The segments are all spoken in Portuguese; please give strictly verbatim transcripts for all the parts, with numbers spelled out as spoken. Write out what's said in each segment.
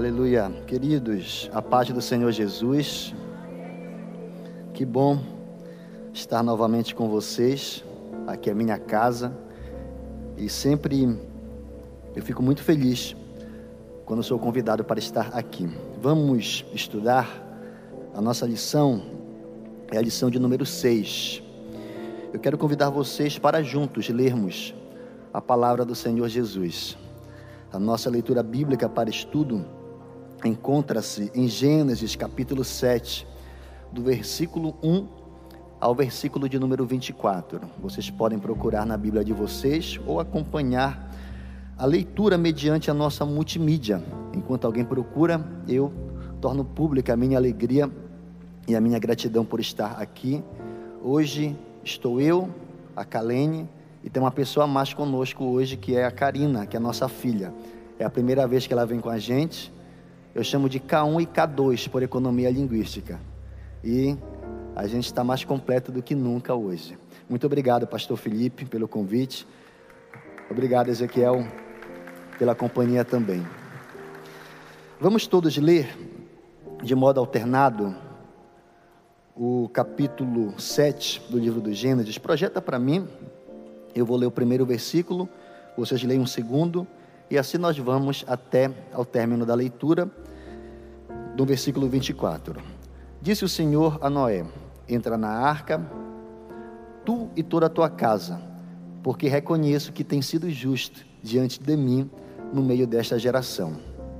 Aleluia. Queridos, a paz do Senhor Jesus. Que bom estar novamente com vocês. Aqui é a minha casa. E sempre eu fico muito feliz quando sou convidado para estar aqui. Vamos estudar a nossa lição, é a lição de número seis. Eu quero convidar vocês para juntos lermos a palavra do Senhor Jesus. A nossa leitura bíblica para estudo encontra-se em Gênesis capítulo sete, do versículo um ao versículo de número vinte e quatro. Vocês podem procurar na Bíblia de vocês ou acompanhar a leitura mediante a nossa multimídia. Enquanto alguém procura, eu torno pública a minha alegria e a minha gratidão por estar aqui. Hoje estou eu, a Kalene, e tem uma pessoa a mais conosco hoje, que é a Karina, que é a nossa filha. É a primeira vez que ela vem com a gente. Eu chamo de K um e K dois, por economia linguística. E a gente está mais completo do que nunca hoje. Muito obrigado, pastor Felipe, pelo convite. Obrigado, Ezequiel, pela companhia também. Vamos todos ler, de modo alternado, o capítulo sete do livro do Gênesis. Projeta para mim. Eu vou ler o primeiro versículo, vocês leem um segundo, e assim nós vamos até ao término da leitura, do versículo vinte e quatro. Disse o Senhor a Noé: entra na arca, tu e toda a tua casa, porque reconheço que tens sido justo diante de mim no meio desta geração.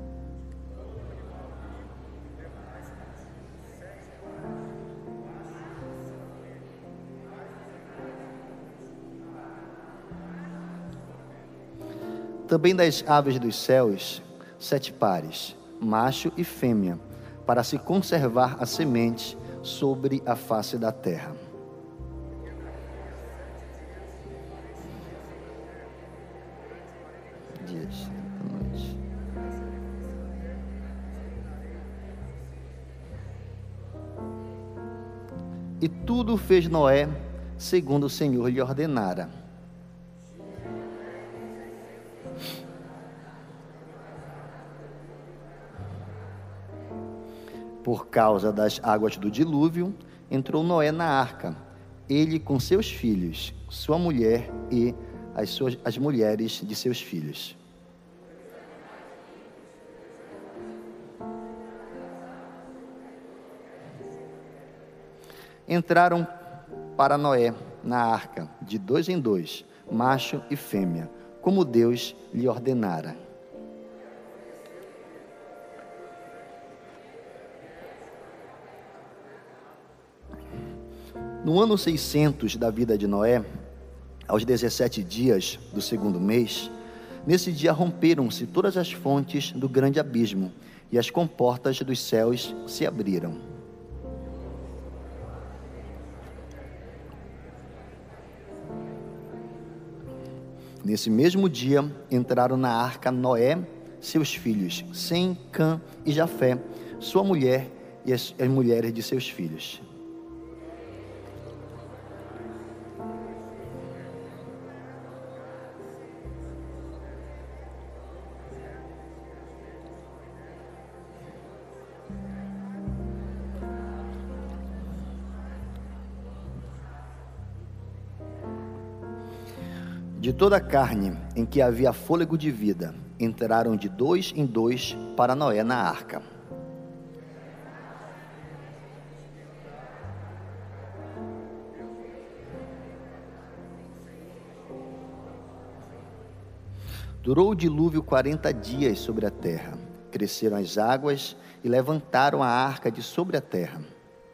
Também das aves dos céus, sete pares, macho e fêmea, para se conservar a semente sobre a face da terra. Dias, noite. E tudo fez Noé segundo o Senhor lhe ordenara. Por causa das águas do dilúvio, entrou Noé na arca, ele com seus filhos, sua mulher e as, suas, as mulheres de seus filhos. Entraram para Noé na arca, de dois em dois, macho e fêmea, como Deus lhe ordenara. No ano seiscentos da vida de Noé, aos dezessete dias do segundo mês, nesse dia romperam-se todas as fontes do grande abismo, e as comportas dos céus se abriram. Nesse mesmo dia, entraram na arca Noé, seus filhos, Sem, Cã e Jafé, sua mulher e as, as mulheres de seus filhos. De toda a carne em que havia fôlego de vida, entraram de dois em dois para Noé na arca. Durou o dilúvio quarenta dias sobre a terra. Cresceram as águas e levantaram a arca de sobre a terra.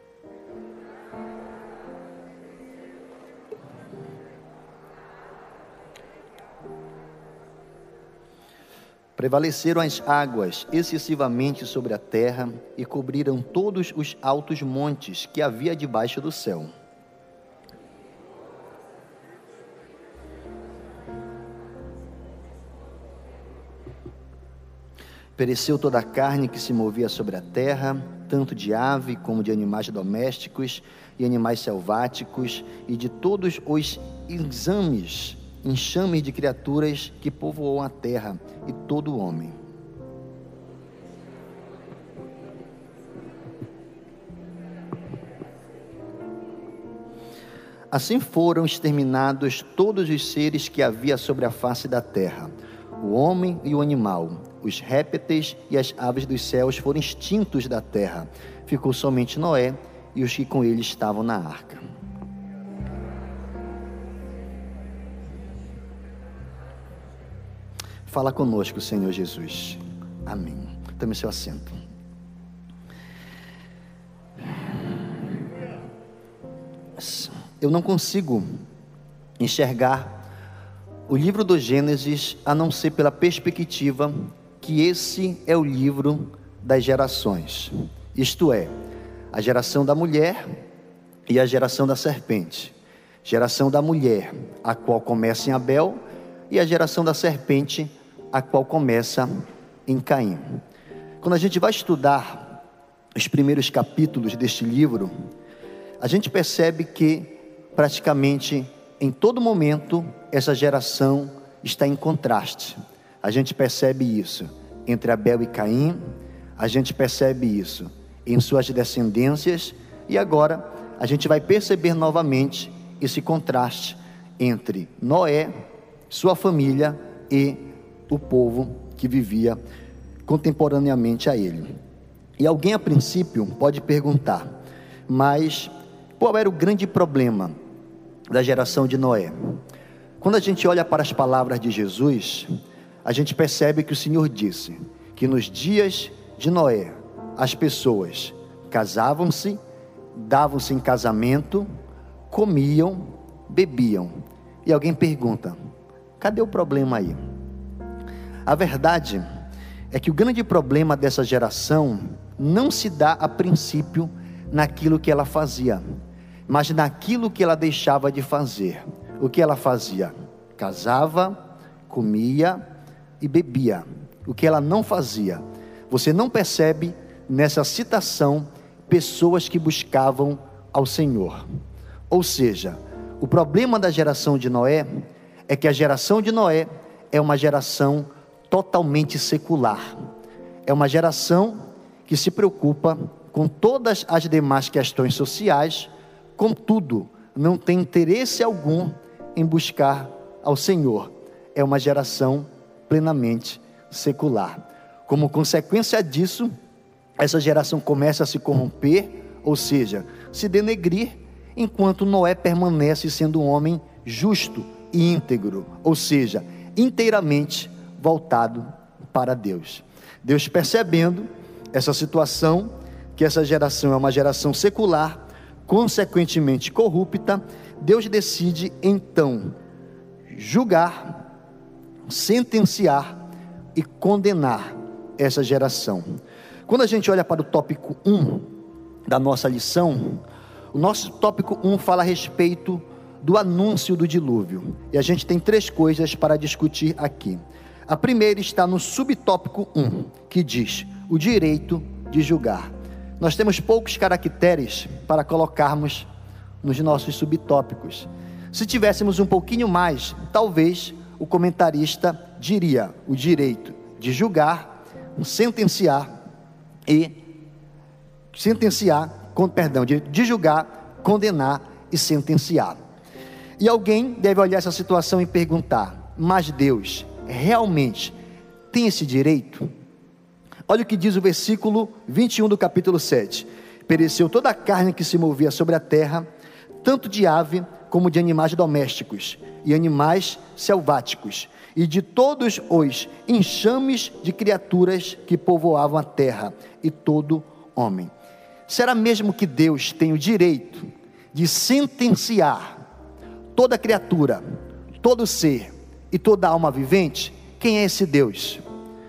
Prevaleceram as águas excessivamente sobre a terra e cobriram todos os altos montes que havia debaixo do céu. Pereceu toda a carne que se movia sobre a terra, tanto de ave como de animais domésticos e animais selváticos, e de todos os exames enxame de criaturas que povoam a terra, e todo homem. Assim foram exterminados todos os seres que havia sobre a face da terra, o homem e o animal, os répteis e as aves dos céus foram extintos da terra. Ficou somente Noé e os que com ele estavam na arca. Fala conosco, Senhor Jesus. Amém. Tome seu assento. Eu não consigo enxergar o livro do Gênesis a não ser pela perspectiva que esse é o livro das gerações. Isto é, a geração da mulher e a geração da serpente. Geração da mulher, a qual começa em Abel, e a geração da serpente, a qual começa em Caim. Quando a gente vai estudar os primeiros capítulos deste livro, a gente percebe que praticamente em todo momento essa geração está em contraste. A gente percebe isso entre Abel e Caim, a gente percebe isso em suas descendências, e agora a gente vai perceber novamente esse contraste entre Noé, sua família e o povo que vivia contemporaneamente a ele. E alguém a princípio pode perguntar, mas qual era o grande problema da geração de Noé? Quando a gente olha para as palavras de Jesus, a gente percebe que o Senhor disse que nos dias de Noé, as pessoas casavam-se, davam-se em casamento, comiam, bebiam. E alguém pergunta, cadê o problema aí? A verdade é que o grande problema dessa geração não se dá a princípio naquilo que ela fazia, mas naquilo que ela deixava de fazer. O que ela fazia? Casava, comia e bebia. O que ela não fazia? Você não percebe nessa citação pessoas que buscavam ao Senhor. Ou seja, o problema da geração de Noé é que a geração de Noé é uma geração totalmente secular. É uma geração que se preocupa com todas as demais questões sociais, contudo, não tem interesse algum em buscar ao Senhor. É uma geração plenamente secular. Como consequência disso, essa geração começa a se corromper, ou seja, se denegrir, enquanto Noé permanece sendo um homem justo e íntegro, ou seja, inteiramente voltado para Deus. Deus, percebendo essa situação, que essa geração é uma geração secular, consequentemente corrupta, Deus decide então julgar, sentenciar e condenar essa geração. Quando a gente olha para o tópico um da nossa lição, o nosso tópico um fala a respeito do anúncio do dilúvio, e a gente tem três coisas para discutir aqui. A primeira está no subtópico um, que diz o direito de julgar. Nós temos poucos caracteres para colocarmos nos nossos subtópicos. Se tivéssemos um pouquinho mais, talvez o comentarista diria o direito de julgar, sentenciar e sentenciar, com, perdão, de, de julgar, condenar e sentenciar. E alguém deve olhar essa situação e perguntar, mas Deus realmente tem esse direito? Olha o que diz o versículo vinte e um do capítulo sete. Pereceu toda a carne que se movia sobre a terra, tanto de ave como de animais domésticos e animais selváticos, e de todos os enxames de criaturas que povoavam a terra, e todo homem. Será mesmo que Deus tem o direito de sentenciar toda criatura, todo ser e toda alma vivente? Quem é esse Deus?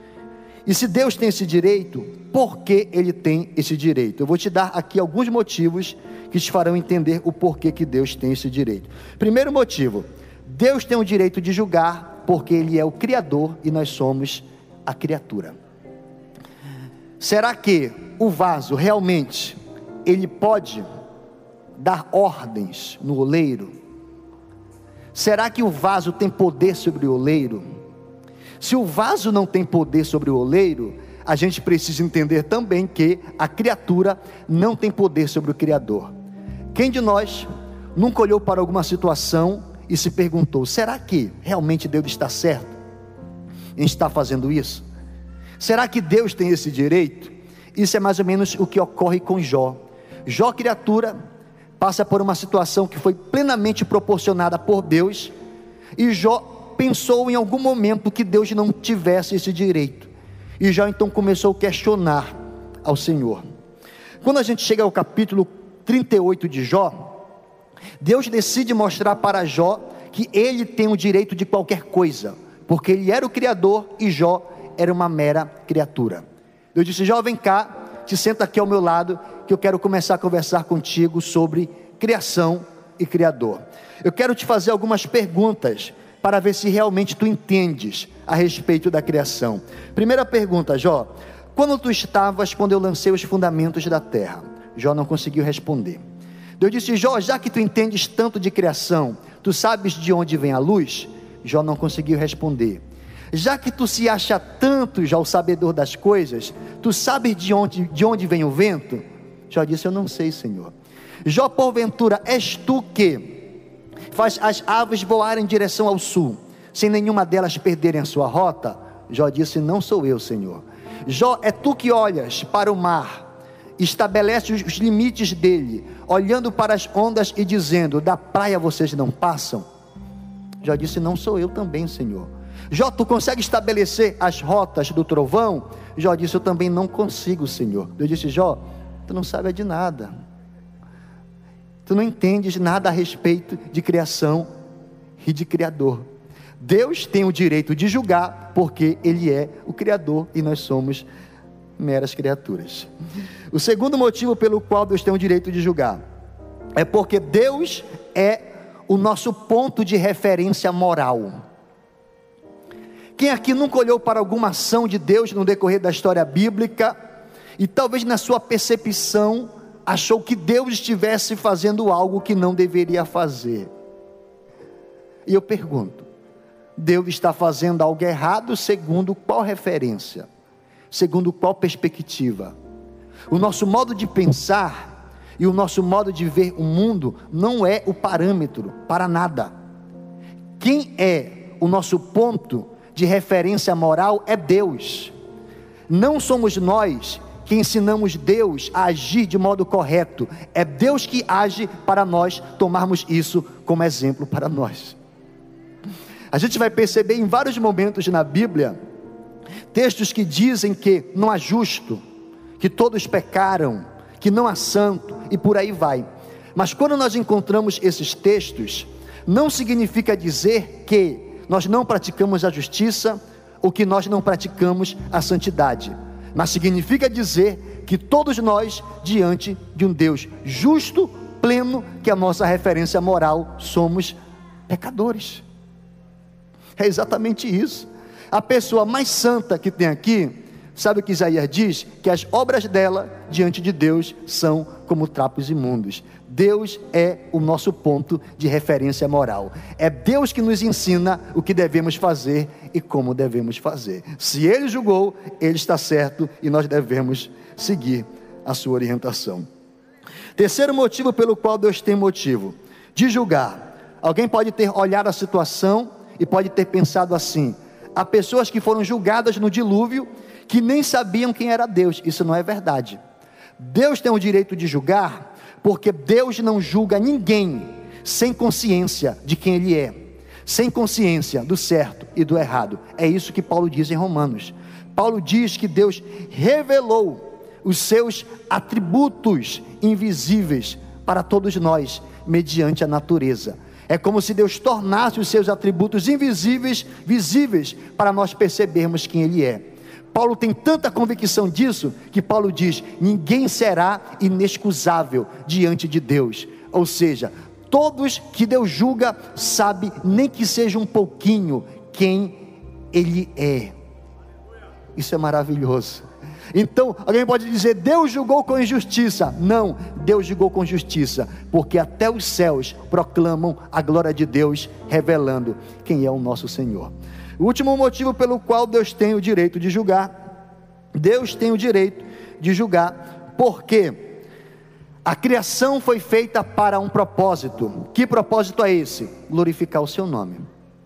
E se Deus tem esse direito, por que Ele tem esse direito? Eu vou te dar aqui alguns motivos que te farão entender o porquê que Deus tem esse direito. Primeiro motivo, Deus tem o direito de julgar, porque Ele é o Criador e nós somos a criatura. Será que o vaso realmente, ele pode dar ordens no oleiro? Será que o vaso tem poder sobre o oleiro? Se o vaso não tem poder sobre o oleiro, a gente precisa entender também que a criatura não tem poder sobre o Criador. Quem de nós, nunca olhou para alguma situação e se perguntou: será que realmente Deus está certo em estar fazendo isso? Será que Deus tem esse direito? Isso é mais ou menos o que ocorre com Jó. Jó, criatura, passa por uma situação que foi plenamente proporcionada por Deus, e Jó pensou em algum momento que Deus não tivesse esse direito, e Jó então começou a questionar ao Senhor. Quando a gente chega ao capítulo trinta e oito de Jó, Deus decide mostrar para Jó que ele tem o direito de qualquer coisa, porque ele era o Criador e Jó era uma mera criatura. Deus disse: Jó, vem cá, te senta aqui ao meu lado, que eu quero começar a conversar contigo sobre criação e Criador. Eu quero te fazer algumas perguntas, para ver se realmente tu entendes a respeito da criação. Primeira pergunta, Jó: quando tu estavas quando eu lancei os fundamentos da terra? Jó não conseguiu responder. Deus disse: Jó, já que tu entendes tanto de criação, tu sabes de onde vem a luz? Jó não conseguiu responder. Já que tu se acha tanto já o sabedor das coisas, tu sabes de onde, de onde vem o vento? Jó disse: eu não sei, Senhor. Jó, porventura és tu que faz as aves voarem em direção ao sul, sem nenhuma delas perderem a sua rota? Jó disse: não sou eu, Senhor. Jó, é tu que olhas para o mar, estabelece os limites dele, olhando para as ondas e dizendo: da praia vocês não passam? Jó disse: não sou eu também, Senhor. Jó, tu consegue estabelecer as rotas do trovão? Jó disse: eu também não consigo, Senhor. Deus disse: Jó, tu não sabes de nada, tu não entendes nada a respeito de criação e de Criador. Deus tem o direito de julgar, porque Ele é o Criador e nós somos meras criaturas. O segundo motivo pelo qual Deus tem o direito de julgar é porque Deus é o nosso ponto de referência moral. Quem aqui nunca olhou para alguma ação de Deus no decorrer da história bíblica e talvez na sua percepção achou que Deus estivesse fazendo algo que não deveria fazer? E eu pergunto: Deus está fazendo algo errado segundo qual referência? Segundo qual perspectiva? O nosso modo de pensar e o nosso modo de ver o mundo não é o parâmetro para nada. Quem é o nosso ponto de referência moral é Deus. Não somos nós que ensinamos Deus a agir de modo correto. É Deus que age para nós tomarmos isso como exemplo para nós. A gente vai perceber em vários momentos na Bíblia textos que dizem que não há justo, que todos pecaram, que não há santo, e por aí vai. Mas quando nós encontramos esses textos, não significa dizer que nós não praticamos a justiça, ou que nós não praticamos a santidade, mas significa dizer que todos nós, diante de um Deus justo, pleno, que é a nossa referência moral, somos pecadores. É exatamente isso. A pessoa mais santa que tem aqui, sabe o que Isaías diz? Que as obras dela, diante de Deus, são como trapos imundos. Deus é o nosso ponto de referência moral. É Deus que nos ensina o que devemos fazer e como devemos fazer. Se Ele julgou, Ele está certo e nós devemos seguir a sua orientação. Terceiro motivo pelo qual Deus tem motivo de julgar. Alguém pode ter olhado a situação e pode ter pensado assim: há pessoas que foram julgadas no dilúvio que nem sabiam quem era Deus. Isso não é verdade. Deus tem o direito de julgar, porque Deus não julga ninguém sem consciência de quem Ele é, sem consciência do certo e do errado. É isso que Paulo diz em Romanos. Paulo diz que Deus revelou os seus atributos invisíveis para todos nós, mediante a natureza. É como se Deus tornasse os seus atributos invisíveis, visíveis, para nós percebermos quem Ele é. Paulo tem tanta convicção disso, que Paulo diz: ninguém será inexcusável diante de Deus. Ou seja, todos que Deus julga, sabe, nem que seja um pouquinho, quem Ele é. Isso é maravilhoso. Então, alguém pode dizer: Deus julgou com injustiça. Não, Deus julgou com justiça, porque até os céus proclamam a glória de Deus, revelando quem é o nosso Senhor. O último motivo pelo qual Deus tem o direito de julgar, Deus tem o direito de julgar, porque A criação foi feita para um propósito. Que propósito é esse? Glorificar o seu nome.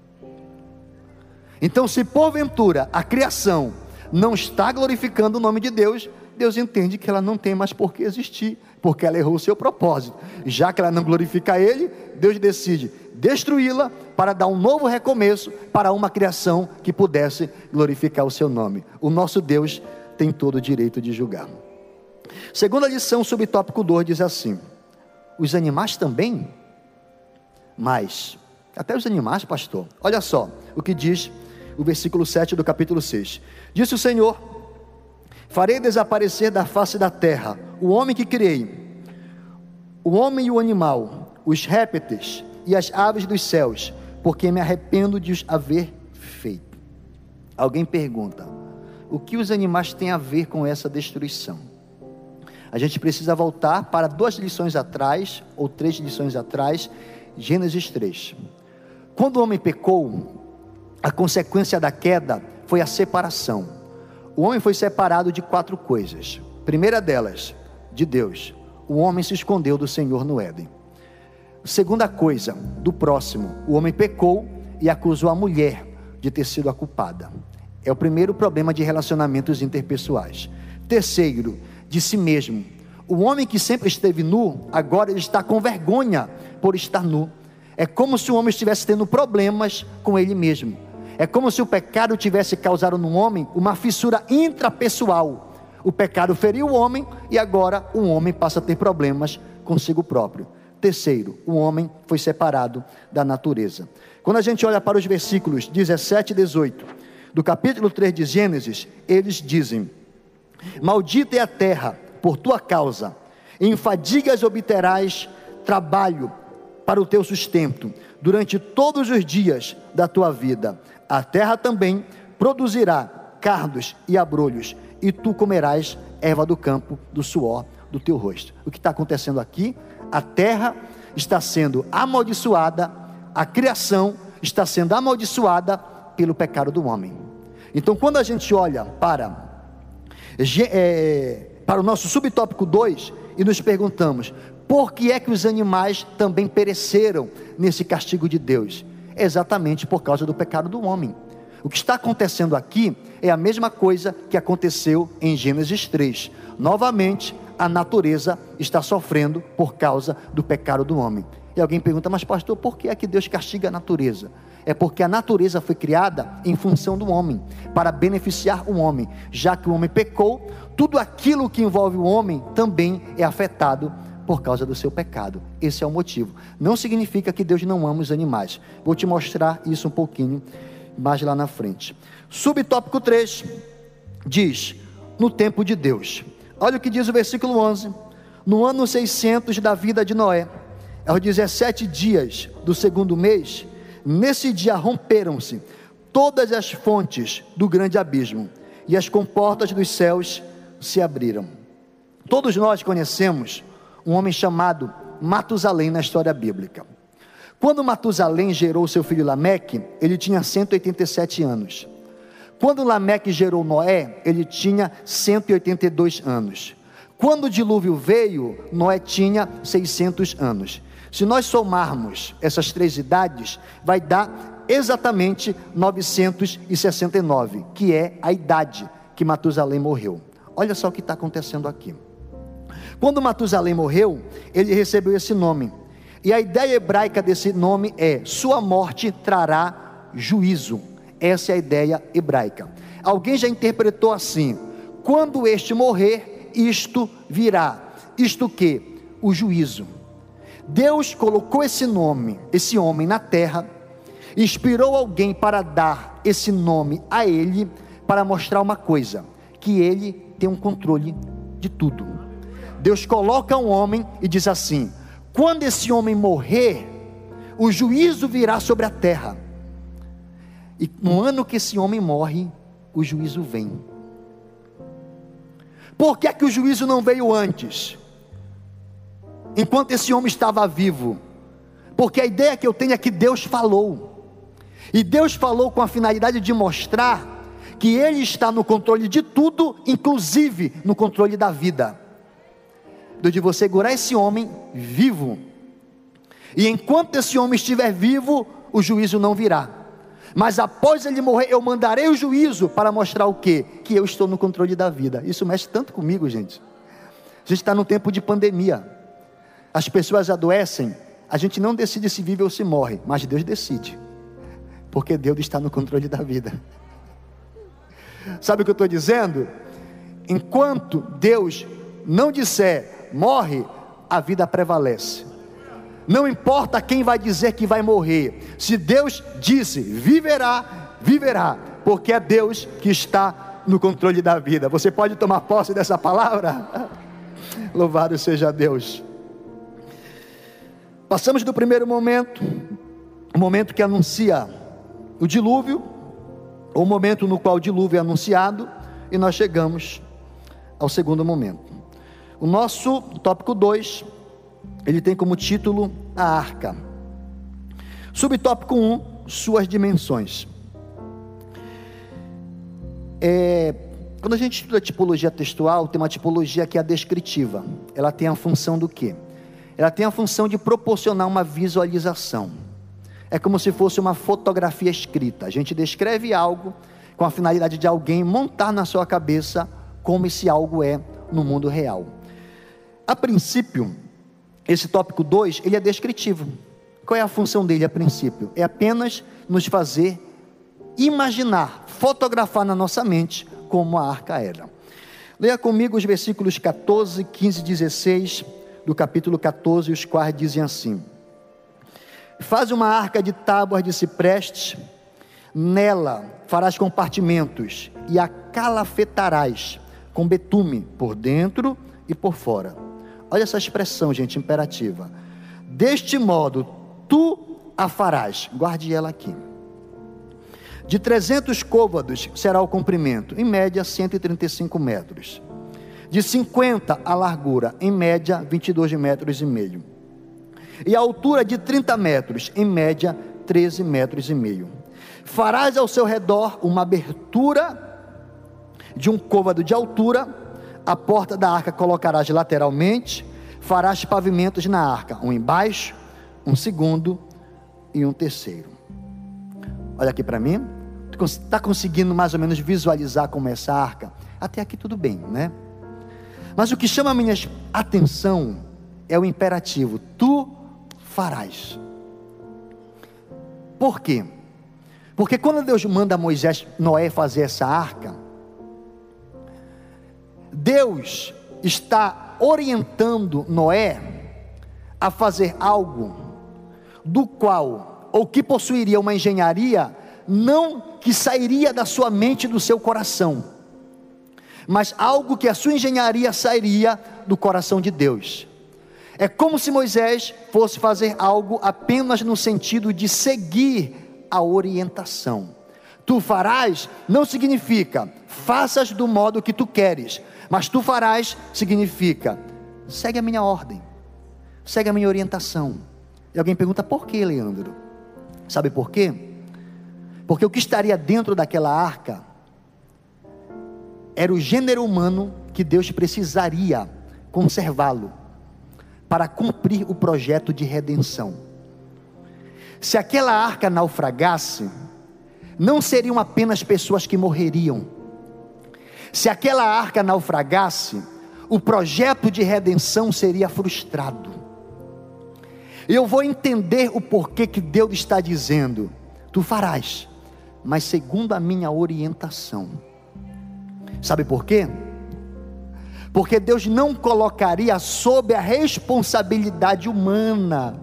Então, se porventura a criação não está glorificando o nome de Deus, Deus entende que ela não tem mais por que existir, porque ela errou o seu propósito. Já que ela não glorifica Ele, Deus decide destruí-la para dar um novo recomeço para uma criação que pudesse glorificar o seu nome. O nosso Deus tem todo o direito de julgar. Segunda lição, subtópico dois, diz assim: os animais também? Mas, até os animais, pastor. Olha só o que diz o versículo sete do capítulo seis. Disse o Senhor: farei desaparecer da face da terra o homem que criei, o homem e o animal, os répteis e as aves dos céus, porque me arrependo de os haver feito. Alguém pergunta: o que os animais têm a ver com essa destruição? A gente precisa voltar para duas lições atrás, ou três lições atrás, Gênesis três. Quando o homem pecou, a consequência da queda foi a separação. O homem foi separado de quatro coisas. Primeira delas, de Deus. O homem se escondeu do Senhor no Éden. Segunda coisa, do próximo. O homem pecou e acusou a mulher de ter sido a culpada. É o primeiro problema de relacionamentos interpessoais. Terceiro, de si mesmo. O homem que sempre esteve nu, agora ele está com vergonha por estar nu. É como se o homem estivesse tendo problemas com ele mesmo. É como se o pecado tivesse causado no homem uma fissura intrapessoal. O pecado feriu o homem e agora o homem passa a ter problemas consigo próprio. Terceiro, o homem foi separado da natureza. Quando a gente olha para os versículos dezessete e dezoito do capítulo três de Gênesis, eles dizem: maldita é a terra por tua causa, em fadigas obterás trabalho para o teu sustento, durante todos os dias da tua vida. A terra também produzirá cardos e abrolhos, e tu comerás erva do campo, do suor do teu rosto. O que está acontecendo aqui? A terra está sendo amaldiçoada, a criação está sendo amaldiçoada pelo pecado do homem. Então, quando a gente olha para, é, para o nosso subtópico dois e nos perguntamos: por que é que os animais também pereceram nesse castigo de Deus? É exatamente por causa do pecado do homem. O que está acontecendo aqui é a mesma coisa que aconteceu em Gênesis três. Novamente, a natureza está sofrendo por causa do pecado do homem. E alguém pergunta: mas pastor, por que é que Deus castiga a natureza? É porque a natureza foi criada em função do homem, para beneficiar o homem. Já que o homem pecou, tudo aquilo que envolve o homem também é afetado por causa do seu pecado. Esse é o motivo. Não significa que Deus não ama os animais. Vou te mostrar isso um pouquinho mais lá na frente. Subtópico três diz: no tempo de Deus. Olha o que diz o versículo onze. No ano seiscentos da vida de Noé, aos dezessete dias do segundo mês, nesse dia romperam-se todas as fontes do grande abismo, e as comportas dos céus se abriram. Todos nós conhecemos um homem chamado Matusalém na história bíblica. Quando Matusalém gerou seu filho Lameque, ele tinha cento e oitenta e sete anos. Quando Lameque gerou Noé, ele tinha cento e oitenta e dois anos. Quando o dilúvio veio, Noé tinha seiscentos anos. Se nós somarmos essas três idades, vai dar exatamente novecentos e sessenta e nove, que é a idade que Matusalém morreu. Olha só o que está acontecendo aqui. Quando Matusalém morreu, ele recebeu esse nome. E a ideia hebraica desse nome é: sua morte trará juízo. Essa é a ideia hebraica. Alguém já interpretou assim: quando este morrer, isto virá. Isto que? O juízo. Deus colocou esse nome, esse homem na terra, inspirou alguém para dar esse nome a ele, para mostrar uma coisa: que ele tem um controle de tudo. Deus coloca um homem e diz assim: quando esse homem morrer, o juízo virá sobre a terra. E no ano que esse homem morre, o juízo vem. Por que é que o juízo não veio antes? Enquanto esse homem estava vivo? Porque a ideia que eu tenho é que Deus falou. E Deus falou com a finalidade de mostrar que Ele está no controle de tudo, inclusive no controle da vida. de você segurar esse homem vivo. E enquanto esse homem estiver vivo, o juízo não virá. Mas após ele morrer, eu mandarei o juízo para mostrar o quê? Que eu estou no controle da vida. Isso mexe tanto comigo, gente. A gente está num tempo de pandemia. As pessoas adoecem. A gente não decide se vive ou se morre, mas Deus decide. Porque Deus está no controle da vida. Sabe o que eu estou dizendo? Enquanto Deus não disser morre, a vida prevalece. Não importa quem vai dizer que vai morrer. Se Deus disse viverá, viverá, porque é Deus que está no controle da vida. Você pode tomar posse dessa palavra? Louvado seja Deus. Passamos do primeiro momento, o momento que anuncia o dilúvio, o momento no qual o dilúvio é anunciado, e nós chegamos ao segundo momento. O nosso tópico dois, ele tem como título a arca. Subtópico um, suas dimensões. É, quando a gente estuda tipologia textual, tem uma tipologia que é a descritiva. Ela tem a função do quê? Ela tem a função de proporcionar uma visualização. É como se fosse uma fotografia escrita. A gente descreve algo com a finalidade de alguém montar na sua cabeça como esse algo é no mundo real. A princípio, esse tópico dois, ele é descritivo. Qual é a função dele a princípio? É apenas nos fazer imaginar, fotografar na nossa mente como a arca era. Leia comigo os versículos catorze, quinze e dezesseis do capítulo catorze, os quais dizem assim: faz uma arca de tábuas de cipreste, nela farás compartimentos e a calafetarás com betume por dentro e por fora. Olha essa expressão, gente, imperativa. Deste modo, tu a farás. Guarde ela aqui. De trezentos côvados será o comprimento, em média cento e trinta e cinco metros. De cinquenta a largura, em média vinte e dois metros e meio. E a altura de trinta metros, em média treze metros e meio. Farás ao seu redor uma abertura de um côvado de altura. A porta da arca colocarás lateralmente, farás pavimentos na arca, um embaixo, um segundo e um terceiro. Olha aqui para mim, tu está conseguindo mais ou menos visualizar como é essa arca? Até aqui tudo bem, né? Mas o que chama a minha atenção é o imperativo, tu farás. Por quê? Porque quando Deus manda Moisés, Noé fazer essa arca, Deus está orientando Noé a fazer algo do qual, ou que possuiria uma engenharia, não que sairia da sua mente e do seu coração, mas algo que a sua engenharia sairia do coração de Deus. É como se Moisés fosse fazer algo apenas no sentido de seguir a orientação. Tu farás não significa faças do modo que tu queres, mas tu farás significa segue a minha ordem, segue a minha orientação. E alguém pergunta por que, Leandro? Sabe por quê? Porque o que estaria dentro daquela arca era o gênero humano que Deus precisaria conservá-lo para cumprir o projeto de redenção. Se aquela arca naufragasse, não seriam apenas pessoas que morreriam. Se aquela arca naufragasse, o projeto de redenção seria frustrado. Eu vou entender o porquê que Deus está dizendo, tu farás, mas segundo a minha orientação. Sabe por quê? Porque Deus não colocaria sob a responsabilidade humana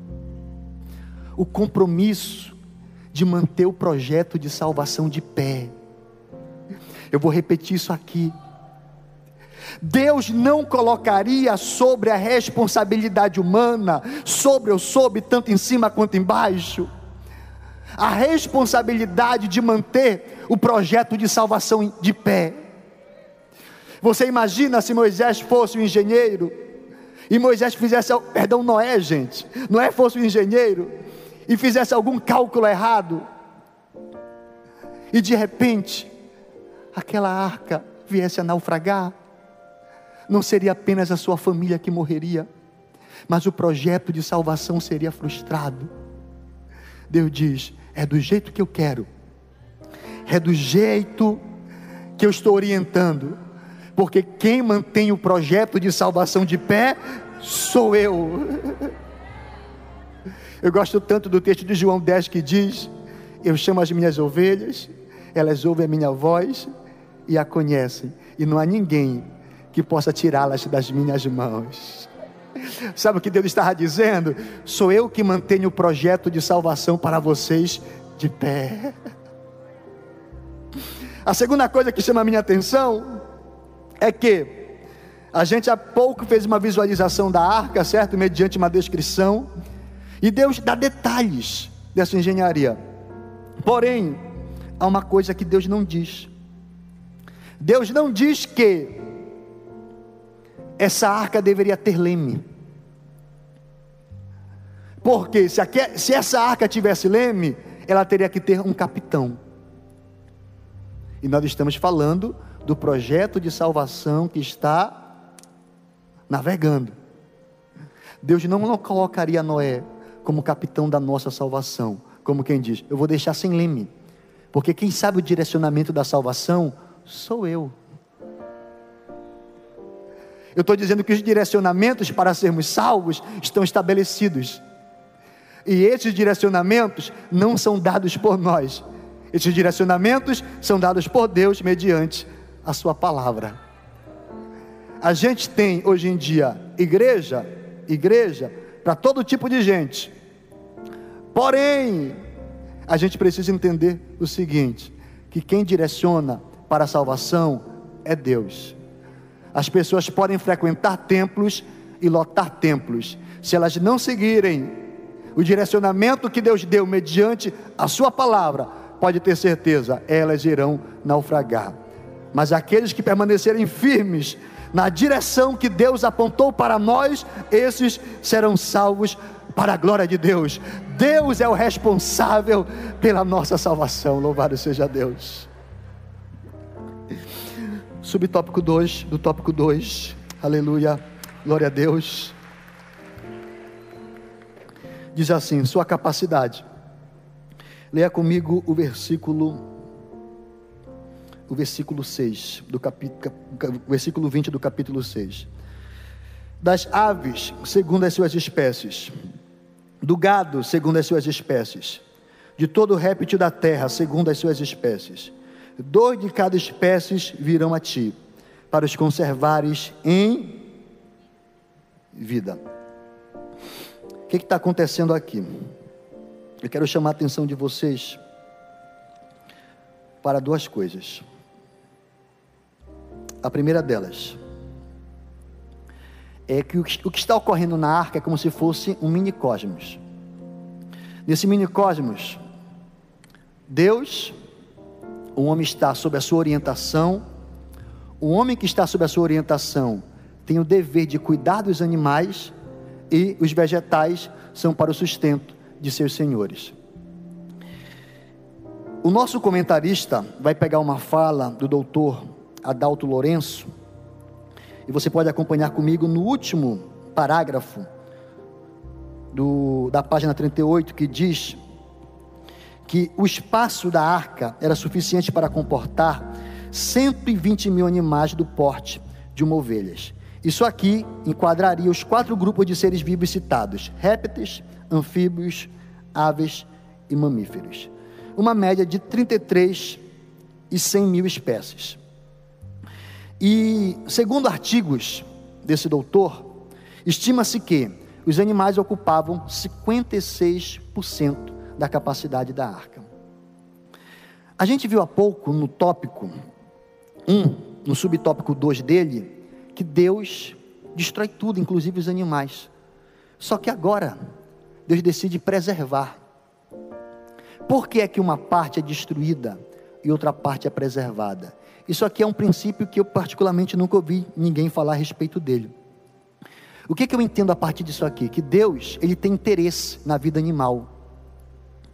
o compromisso de manter o projeto de salvação de pé. Eu vou repetir isso aqui. Deus não colocaria sobre a responsabilidade humana, sobre ou sob, tanto em cima quanto embaixo, a responsabilidade de manter o projeto de salvação de pé. Você imagina se Moisés fosse o engenheiro, e Moisés fizesse, perdão, Noé, gente, Noé fosse o engenheiro, e fizesse algum cálculo errado, e de repente, aquela arca viesse a naufragar. não seria apenas a sua família que morreria, mas o projeto de salvação seria frustrado. Deus diz: é do jeito que eu quero, é do jeito que eu estou orientando, porque quem mantém o projeto de salvação de pé sou eu. Eu gosto tanto do texto de João dez que diz: eu chamo as minhas ovelhas, elas ouvem a minha voz e a conhecem, e não há ninguém que possa tirá-las das minhas mãos. Sabe o que Deus estava dizendo? Sou eu que mantenho o projeto de salvação para vocês de pé. A segunda coisa que chama a minha atenção é que a gente há pouco fez uma visualização da arca, certo? Mediante uma descrição, e Deus dá detalhes dessa engenharia. Porém, há uma coisa que Deus não diz. Deus não diz que essa arca deveria ter leme. Porque se, aqui, se essa arca tivesse leme, ela teria que ter um capitão. E nós estamos falando do projeto de salvação que está navegando. Deus não, não colocaria Noé como capitão da nossa salvação, como quem diz: eu vou deixar sem leme, porque quem sabe o direcionamento da salvação sou eu. Eu estou dizendo que os direcionamentos para sermos salvos estão estabelecidos, e esses direcionamentos não são dados por nós. Esses direcionamentos são dados por Deus mediante a sua palavra. A gente tem hoje em dia igreja, igreja para todo tipo de gente. Porém, a gente precisa entender o seguinte, que quem direciona para a salvação é Deus. As pessoas podem frequentar templos e lotar templos, se elas não seguirem o direcionamento que Deus deu mediante a sua palavra, pode ter certeza, elas irão naufragar. Mas aqueles que permanecerem firmes na direção que Deus apontou para nós, esses serão salvos para a glória de Deus. Deus é o responsável pela nossa salvação, louvado seja Deus. Subtópico dois, do tópico dois, aleluia, glória a Deus. Diz assim, sua capacidade. Leia comigo o versículo o versículo seis do capítulo, versículo vinte do capítulo seis. Das aves, segundo as suas espécies, do gado, segundo as suas espécies, de todo réptil da terra, segundo as suas espécies, dois de cada espécie virão a ti, para os conservares em vida. O que está acontecendo aqui? Eu quero chamar a atenção de vocês para duas coisas. A primeira delas é que o que está ocorrendo na arca é como se fosse um mini cosmos. Nesse mini cosmos, Deus, o homem está sob a sua orientação. O homem que está sob a sua orientação tem o dever de cuidar dos animais, e os vegetais são para o sustento de seus senhores. O nosso comentarista vai pegar uma fala do doutor Adalto Lourenço, e você pode acompanhar comigo no último parágrafo do, da página trinta e oito, que diz que o espaço da arca era suficiente para comportar cento e vinte mil animais do porte de uma ovelha. Isso aqui enquadraria os quatro grupos de seres vivos citados: répteis, anfíbios, aves e mamíferos. Uma média de trinta e três e cem mil espécies. E segundo artigos desse doutor, estima-se que os animais ocupavam cinquenta e seis por cento da capacidade da arca. A gente viu há pouco no tópico um, no subtópico dois dele, que Deus destrói tudo, inclusive os animais. Só que agora Deus decide preservar. Por que é que uma parte é destruída e outra parte é preservada? Isso aqui é um princípio que eu particularmente nunca ouvi ninguém falar a respeito dele. O que, que eu entendo a partir disso aqui? Que Deus, Ele tem interesse na vida animal.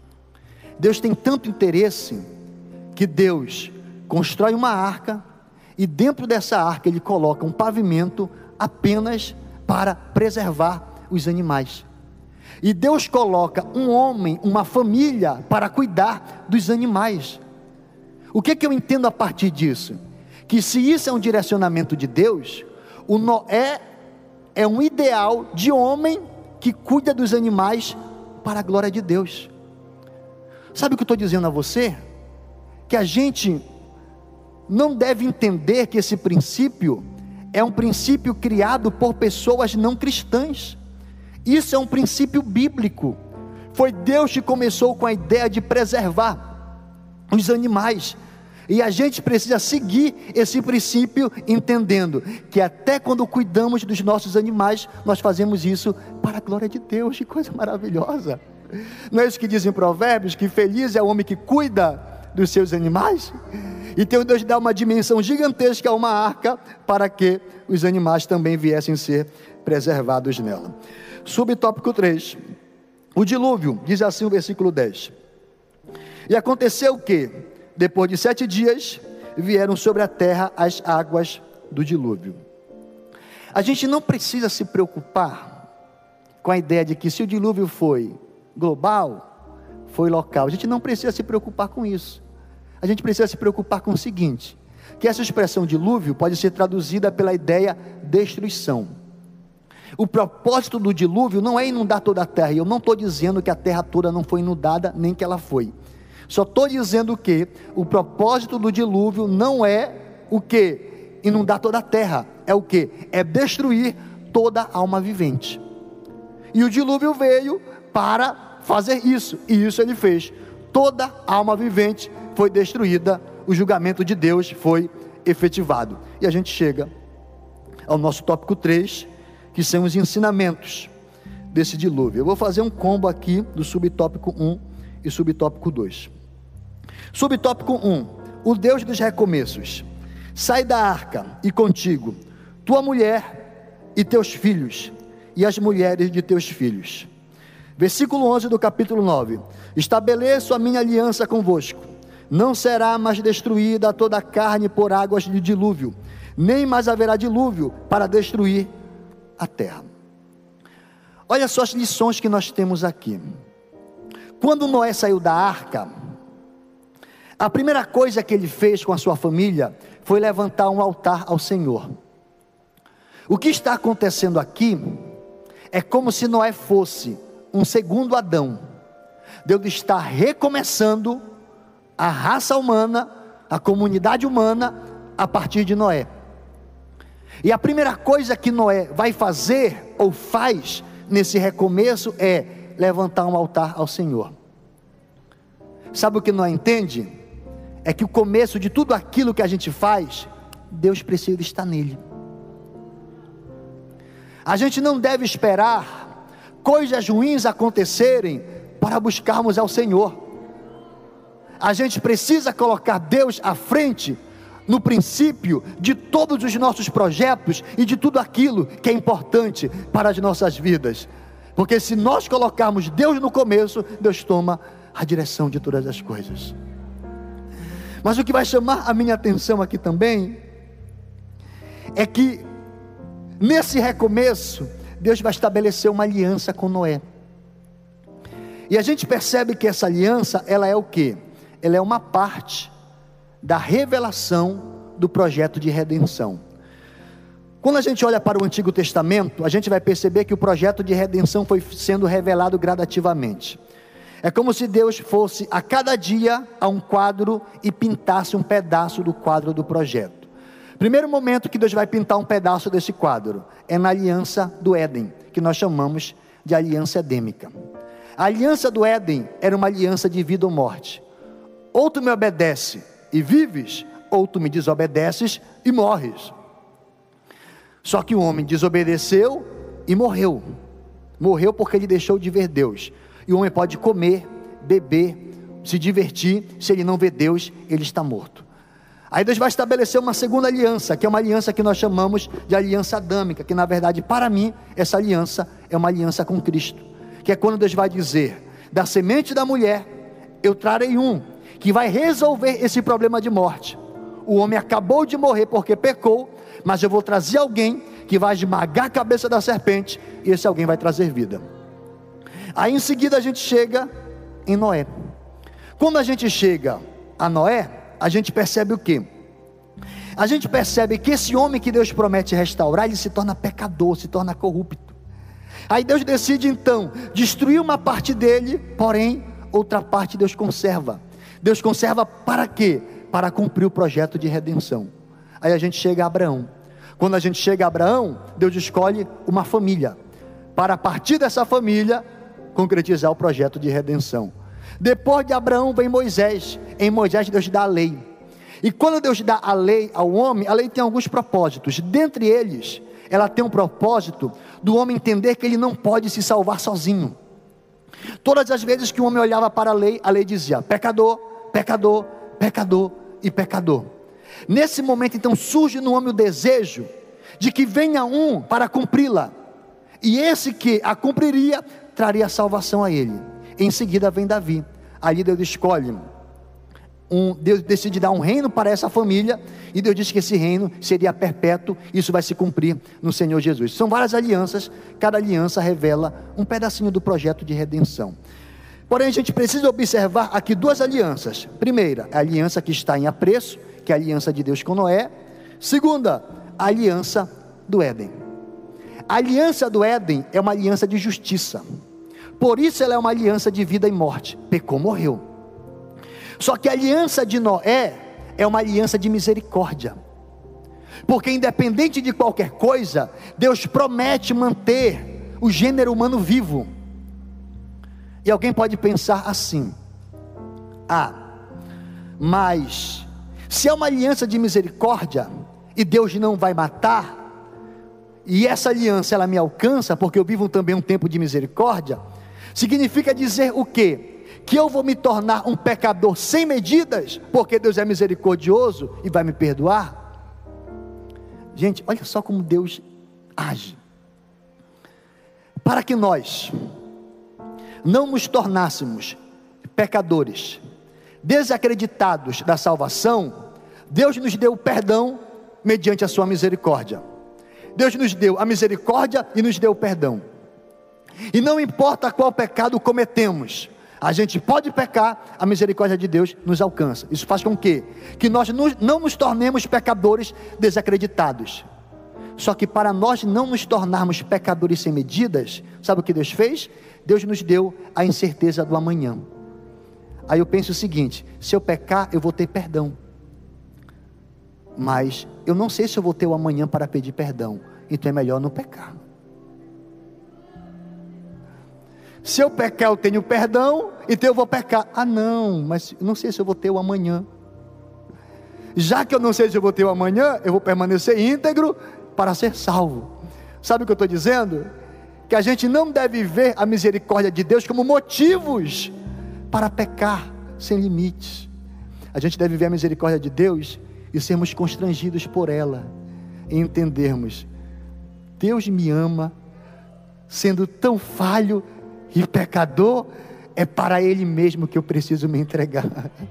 Deus tem tanto interesse que Deus constrói uma arca e dentro dessa arca ele coloca um pavimento apenas para preservar os animais. E Deus coloca um homem, uma família, para cuidar dos animais. O que que eu entendo a partir disso? Que se isso é um direcionamento de Deus, o Noé é um ideal de homem que cuida dos animais para a glória de Deus. Sabe o que eu estou dizendo a você? Que a gente não deve entender que esse princípio é um princípio criado por pessoas não cristãs. Isso é um princípio bíblico. Foi Deus que começou com a ideia de preservar os animais. E a gente precisa seguir esse princípio, entendendo que até quando cuidamos dos nossos animais, nós fazemos isso para a glória de Deus. Que coisa maravilhosa! Não é isso que dizem Provérbios, que feliz é o homem que cuida dos seus animais? Então Deus dá uma dimensão gigantesca a uma arca, para que os animais também viessem ser preservados nela. Subtópico três, o dilúvio. Diz assim o versículo dez: e aconteceu que, depois de sete dias, vieram sobre a terra as águas do dilúvio. A gente não precisa se preocupar com a ideia de que se o dilúvio foi global, foi local. A gente não precisa se preocupar com isso. A gente precisa se preocupar com o seguinte, que essa expressão dilúvio pode ser traduzida pela ideia destruição. O propósito do dilúvio não é inundar toda a terra. E eu não estou dizendo que a terra toda não foi inundada, nem que ela foi. Só estou dizendo que o propósito do dilúvio não é o que? Inundar toda a terra. É o que? É destruir toda a alma vivente. E o dilúvio veio para fazer isso. E isso ele fez. Toda a alma vivente foi destruída. O julgamento de Deus foi efetivado. E a gente chega ao nosso tópico três, que são os ensinamentos desse dilúvio. Eu vou fazer um combo aqui do subtópico um e subtópico dois. Subtópico um, o Deus dos recomeços. Sai da arca e contigo tua mulher e teus filhos, e as mulheres de teus filhos. Versículo onze do capítulo nove: estabeleço a minha aliança convosco, não será mais destruída toda a carne por águas de dilúvio, nem mais haverá dilúvio para destruir a terra. Olha só as lições que nós temos aqui. Quando Noé saiu da arca, a primeira coisa que ele fez com a sua família foi levantar um altar ao Senhor. O que está acontecendo aqui é como se Noé fosse um segundo Adão. Deus está recomeçando a raça humana, a comunidade humana, a partir de Noé. E a primeira coisa que Noé vai fazer, ou faz, nesse recomeço, é levantar um altar ao Senhor. Sabe o que Noé entende? É que o começo de tudo aquilo que a gente faz, Deus precisa estar nele. A gente não deve esperar coisas ruins acontecerem para buscarmos ao Senhor. A gente precisa colocar Deus à frente, no princípio de todos os nossos projetos e de tudo aquilo que é importante para as nossas vidas. Porque se nós colocarmos Deus no começo, Deus toma a direção de todas as coisas. Mas o que vai chamar a minha atenção aqui também é que nesse recomeço Deus vai estabelecer uma aliança com Noé. E a gente percebe que essa aliança, ela é o quê? Ela é uma parte da revelação do projeto de redenção. Quando a gente olha para o Antigo Testamento, a gente vai perceber que o projeto de redenção foi sendo revelado gradativamente. É como se Deus fosse a cada dia a um quadro e pintasse um pedaço do quadro do projeto. Primeiro momento que Deus vai pintar um pedaço desse quadro é na aliança do Éden, que nós chamamos de aliança edêmica. A aliança do Éden era uma aliança de vida ou morte. Ou tu me obedece e vives, ou tu me desobedeces e morres. Só que o homem desobedeceu e morreu. Morreu porque ele deixou de ver Deus. E o homem pode comer, beber, se divertir. Se ele não vê Deus, ele está morto. Aí Deus vai estabelecer uma segunda aliança, que é uma aliança que nós chamamos de aliança adâmica, que na verdade, para mim, essa aliança é uma aliança com Cristo, que é quando Deus vai dizer: da semente da mulher eu trarei um que vai resolver esse problema de morte. o homem acabou de morrer porque pecou, mas eu vou trazer alguém que vai esmagar a cabeça da serpente, e esse alguém vai trazer vida. Aí em seguida a gente chega em Noé. Quando a gente chega a Noé, a gente percebe o quê? A gente percebe que esse homem que Deus promete restaurar, ele se torna pecador, se torna corrupto. Aí Deus decide então destruir uma parte dele, porém outra parte Deus conserva. Deus conserva para quê? Para cumprir o projeto de redenção. Aí a gente chega a Abraão. Quando a gente chega a Abraão, Deus escolhe uma família, para a partir dessa família concretizar o projeto de redenção. Depois de Abraão vem Moisés. Em Moisés Deus dá a lei. E quando Deus dá a lei ao homem, a lei tem alguns propósitos. Dentre eles, ela tem um propósito do homem entender que ele não pode se salvar sozinho. Todas as vezes que o homem olhava para a lei, a lei dizia pecador, pecador, pecador e pecador. Nesse momento então surge no homem o desejo de que venha um para cumpri-la, e esse que a cumpriria traria salvação a ele. Em seguida vem Davi. Ali Deus escolhe um, Deus decide dar um reino para essa família, e Deus diz que esse reino seria perpétuo. Isso vai se cumprir no Senhor Jesus. São várias alianças, cada aliança revela um pedacinho do projeto de redenção. Porém a gente precisa observar aqui duas alianças. Primeira, a aliança que está em apreço, que é a aliança de Deus com Noé. Segunda, a aliança do Éden. A aliança do Éden é uma aliança de justiça, por isso ela é uma aliança de vida e morte. Pecou, morreu. Só que a aliança de Noé é uma aliança de misericórdia, porque independente de qualquer coisa, Deus promete manter o gênero humano vivo. E alguém pode pensar assim: ah, mas se é uma aliança de misericórdia e Deus não vai matar, e essa aliança ela me alcança porque eu vivo também um tempo de misericórdia, significa dizer o quê? Que eu vou me tornar um pecador sem medidas, porque Deus é misericordioso e vai me perdoar? Gente, olha só como Deus age. Para que nós não nos tornássemos pecadores, desacreditados da salvação, Deus nos deu o perdão mediante a sua misericórdia. Deus nos deu a misericórdia e nos deu o perdão. E não importa qual pecado cometemos, a gente pode pecar, a misericórdia de Deus nos alcança. Isso faz com que, que nós não nos tornemos pecadores desacreditados. Só que para nós não nos tornarmos pecadores sem medidas, sabe o que Deus fez? Deus nos deu a incerteza do amanhã. Aí eu penso o seguinte: se eu pecar, eu vou ter perdão, mas eu não sei se eu vou ter o amanhã para pedir perdão, então é melhor não pecar. Se eu pecar, eu tenho perdão, então eu vou pecar. Ah não, mas não sei se eu vou ter o amanhã. Já que eu não sei se eu vou ter o amanhã, eu vou permanecer íntegro para ser salvo. Sabe o que eu estou dizendo? Que a gente não deve ver a misericórdia de Deus como motivos para pecar sem limites. A gente deve ver a misericórdia de Deus e sermos constrangidos por ela, e entendermos: Deus me ama, sendo tão falho e pecador, é para Ele mesmo que eu preciso me entregar.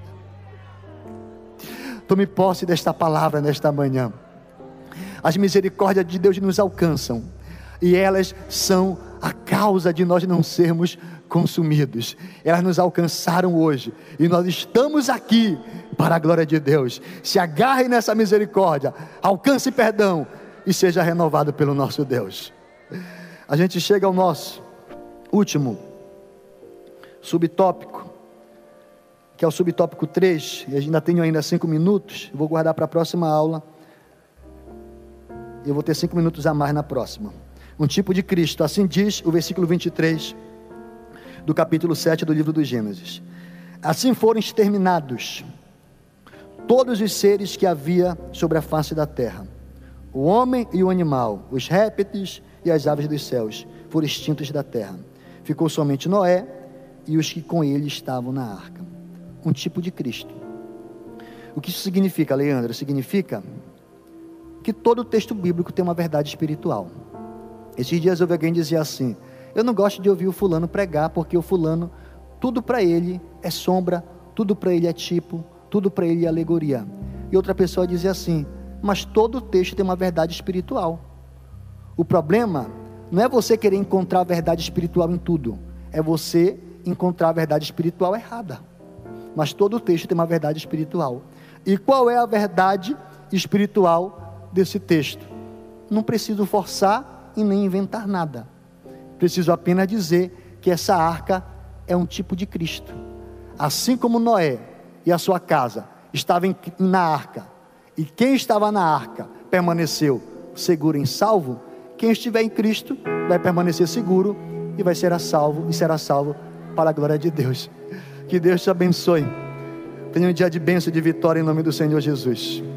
Tome posse desta palavra nesta manhã. As misericórdias de Deus nos alcançam, e elas são a causa de nós não sermos consumidos. Elas nos alcançaram hoje, e nós estamos aqui para a glória de Deus. Se agarre nessa misericórdia, alcance perdão e seja renovado pelo nosso Deus. A gente chega ao nosso último subtópico, que é o subtópico três, e ainda tenho ainda cinco minutos, vou guardar para a próxima aula, eu vou ter cinco minutos a mais na próxima. Um tipo de Cristo, assim diz o versículo vinte e três, do capítulo sete do livro do Gênesis: assim foram exterminados todos os seres que havia sobre a face da terra, o homem e o animal, os répteis e as aves dos céus, foram extintos da terra. Ficou somente Noé e os que com ele estavam na arca. Um tipo de Cristo. O que isso significa, Leandro? Significa que todo o texto bíblico tem uma verdade espiritual. Esses dias eu ouvi alguém dizer assim: eu não gosto de ouvir o fulano pregar, porque o fulano, tudo para ele é sombra, tudo para ele é tipo, tudo para ele é alegoria. E outra pessoa dizia assim: mas todo texto tem uma verdade espiritual. O problema não é você querer encontrar a verdade espiritual em tudo, é você encontrar a verdade espiritual errada. Mas todo texto tem uma verdade espiritual. E qual é a verdade espiritual desse texto? Não preciso forçar e nem inventar nada. Preciso apenas dizer que essa arca é um tipo de Cristo. Assim como Noé e a sua casa estavam na arca, e quem estava na arca permaneceu seguro e salvo, quem estiver em Cristo vai permanecer seguro e vai ser salvo, e será salvo para a glória de Deus. Que Deus te abençoe. Tenha um dia de bênção e de vitória em nome do Senhor Jesus.